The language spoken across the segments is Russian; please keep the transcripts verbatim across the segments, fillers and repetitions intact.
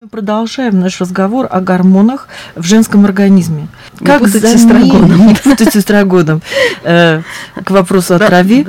Продолжаем наш разговор о гормонах в женском организме. Не как путать с эстрагоном. Не путать с эстрагоном. К вопросу о траве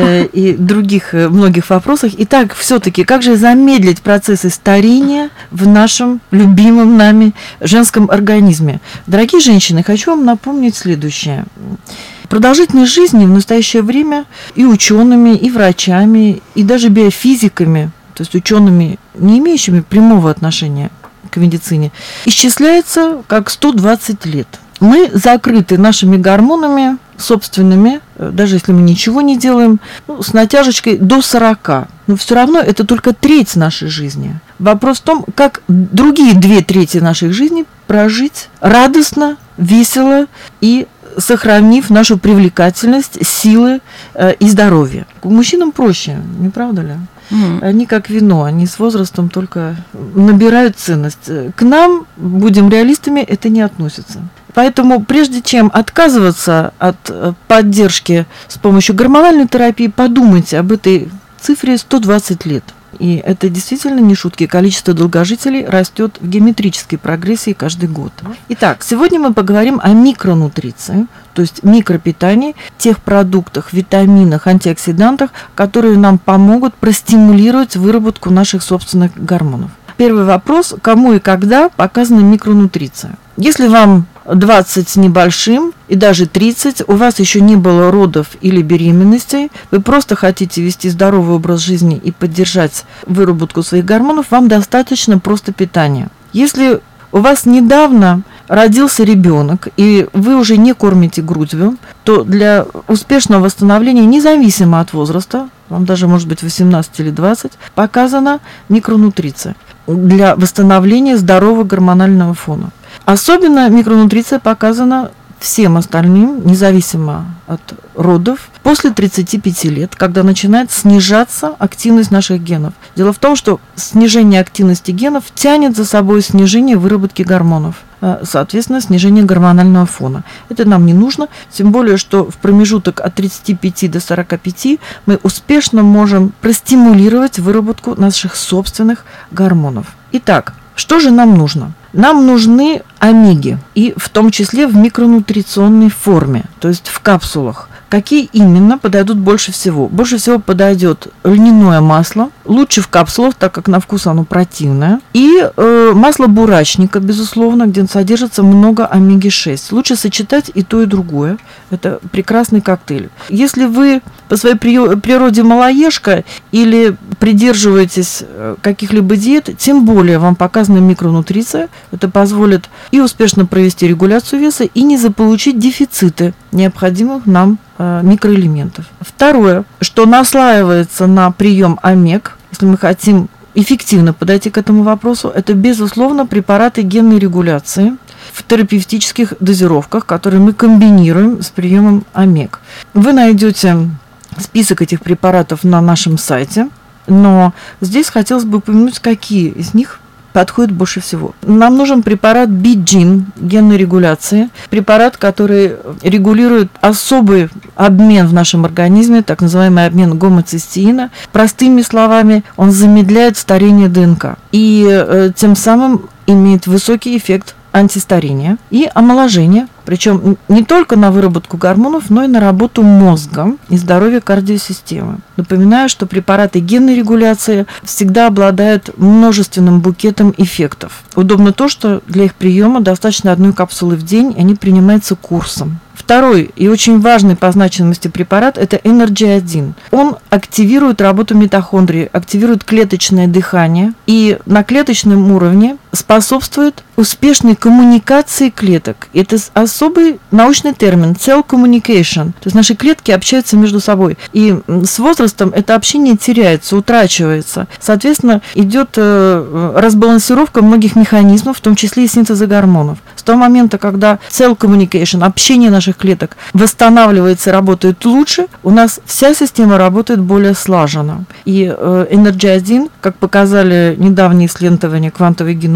и других многих вопросах. Итак, все-таки, как же замедлить процессы старения в нашем любимом нами женском организме? Дорогие женщины, хочу вам напомнить следующее. Продолжительность жизни в настоящее время и учеными, и врачами, и даже биофизиками, то есть учеными, не имеющими прямого отношения к медицине, исчисляется как сто двадцать лет. Мы закрыты нашими гормонами собственными, даже если мы ничего не делаем, ну, с натяжечкой до сорока. Но все равно это только треть нашей жизни. Вопрос в том, как другие две трети нашей жизни прожить радостно, весело и сохранив нашу привлекательность, силы э, и здоровье. Мужчинам проще, не правда ли? Mm. Они как вино, они с возрастом только набирают ценность. К нам, будем реалистами, это не относится. Поэтому прежде чем отказываться от поддержки с помощью гормональной терапии, подумайте об этой цифре сто двадцать лет. И это действительно не шутки. Количество долгожителей растет в геометрической прогрессии каждый год. Итак, сегодня мы поговорим о микронутриции, то есть микропитании, тех продуктах, витаминах, антиоксидантах, которые нам помогут простимулировать выработку наших собственных гормонов. Первый вопрос: кому и когда показана микронутриция? Если вам двадцать с небольшим и даже тридцать, у вас еще не было родов или беременностей, вы просто хотите вести здоровый образ жизни и поддержать выработку своих гормонов, вам достаточно просто питания. Если у вас недавно родился ребенок, и вы уже не кормите грудью, то для успешного восстановления, независимо от возраста, вам даже может быть восемнадцать или двадцать, показана микронутриция для восстановления здорового гормонального фона. Особенно микронутриция показана всем остальным, независимо от родов, после тридцати пяти лет, когда начинает снижаться активность наших генов. Дело в том, что снижение активности генов тянет за собой снижение выработки гормонов, соответственно, снижение гормонального фона. Это нам не нужно, тем более, что в промежуток от тридцати пяти до сорока пяти мы успешно можем простимулировать выработку наших собственных гормонов. Итак, что же нам нужно? Нам нужны омеги, и в том числе в микронутриционной форме, то есть в капсулах. Какие именно подойдут больше всего? Больше всего подойдет льняное масло, лучше в капсулах, так как на вкус оно противное, и э, масло бурачника, безусловно, где содержится много омеги шесть. Лучше сочетать и то, и другое. Это прекрасный коктейль. Если вы по своей природе малоежка или придерживаетесь каких-либо диет, тем более вам показана микронутриция. Это позволит и успешно провести регуляцию веса, и не заполучить дефициты необходимых нам э, микроэлементов. Второе, что наслаивается на прием омег, если мы хотим эффективно подойти к этому вопросу, это, безусловно, препараты генной регуляции в терапевтических дозировках, которые мы комбинируем с приемом омег. Вы найдете список этих препаратов на нашем сайте, но здесь хотелось бы упомянуть, какие из них подходит больше всего. Нам нужен препарат Би-джин генной регуляции, препарат, который регулирует особый обмен в нашем организме, так называемый обмен гомоцистеина. Простыми словами, он замедляет старение ДНК и э, тем самым имеет высокий эффект антистарения и омоложения, причем не только на выработку гормонов, но и на работу мозга и здоровье кардиосистемы. Напоминаю, что препараты генной регуляции всегда обладают множественным букетом эффектов. Удобно то, что для их приема достаточно одной капсулы в день, и они принимаются курсом. Второй и очень важный по значимости препарат – это Энерджи один. Он активирует работу митохондрии, активирует клеточное дыхание и на клеточном уровне способствует успешной коммуникации клеток. Это особый научный термин – cell communication. То есть наши клетки общаются между собой. И с возрастом это общение теряется, утрачивается. Соответственно, идет разбалансировка многих механизмов, в том числе и синтеза гормонов. С того момента, когда cell communication, общение наших клеток восстанавливается, работает лучше, у нас вся система работает более слаженно. И Энерджи один, как показали недавние исследования квантовой геномики,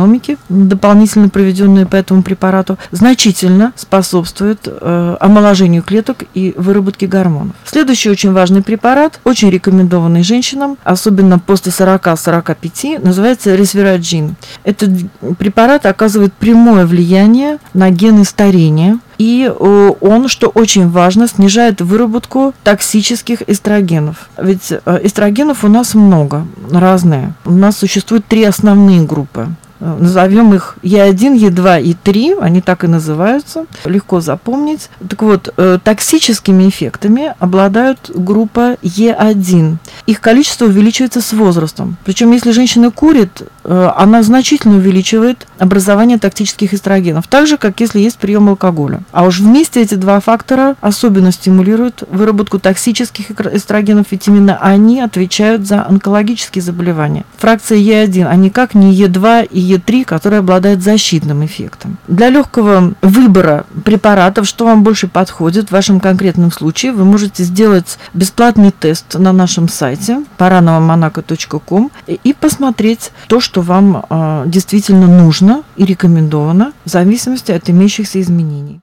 экономики, дополнительно проведенные по этому препарату, значительно способствует э, омоложению клеток и выработке гормонов. Следующий очень важный препарат, очень рекомендованный женщинам, особенно после сорока-сорока пяти, называется Resveratrol. Этот препарат оказывает прямое влияние на гены старения, и он, что очень важно, снижает выработку токсических эстрогенов. Ведь эстрогенов у нас много, разные. У нас существует три основные группы. Назовем их Е один, Е два и три, они так и называются, легко запомнить. Так вот, токсическими эффектами обладают группа Е один. Их количество увеличивается с возрастом. Причем, если женщина курит, она значительно увеличивает образование токсических эстрогенов, так же, как если есть прием алкоголя. А уж вместе эти два фактора особенно стимулируют выработку токсических эстрогенов, ведь именно они отвечают за онкологические заболевания. Фракция Е один, а никак не Е два и Е три, который обладает защитным эффектом. Для легкого выбора препаратов, что вам больше подходит в вашем конкретном случае, вы можете сделать бесплатный тест на нашем сайте паранова монако точка ком и посмотреть то, что вам э, действительно нужно и рекомендовано в зависимости от имеющихся изменений.